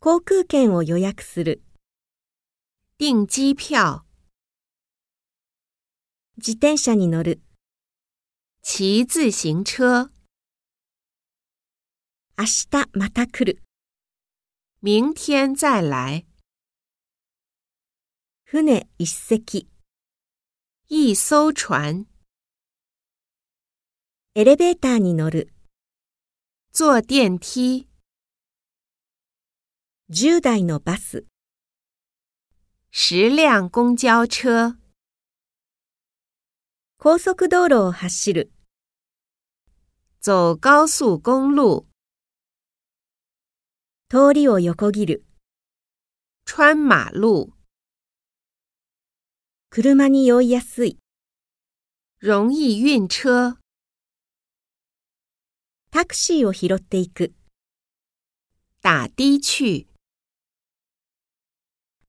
航空券を予約する。 订机票。 自転車に乗る。 骑自行車。 明日また来る。 明天再来。 船一隻。 一艘船。 エレベーターに乗る。 坐電梯。 10台のバス。 10辆公交車。 高速道路を走る。 走高速公路。 通りを横切る。 穿馬路。 車に酔いやすい。 容易晕車。 タクシーを拾っていく。 打的去。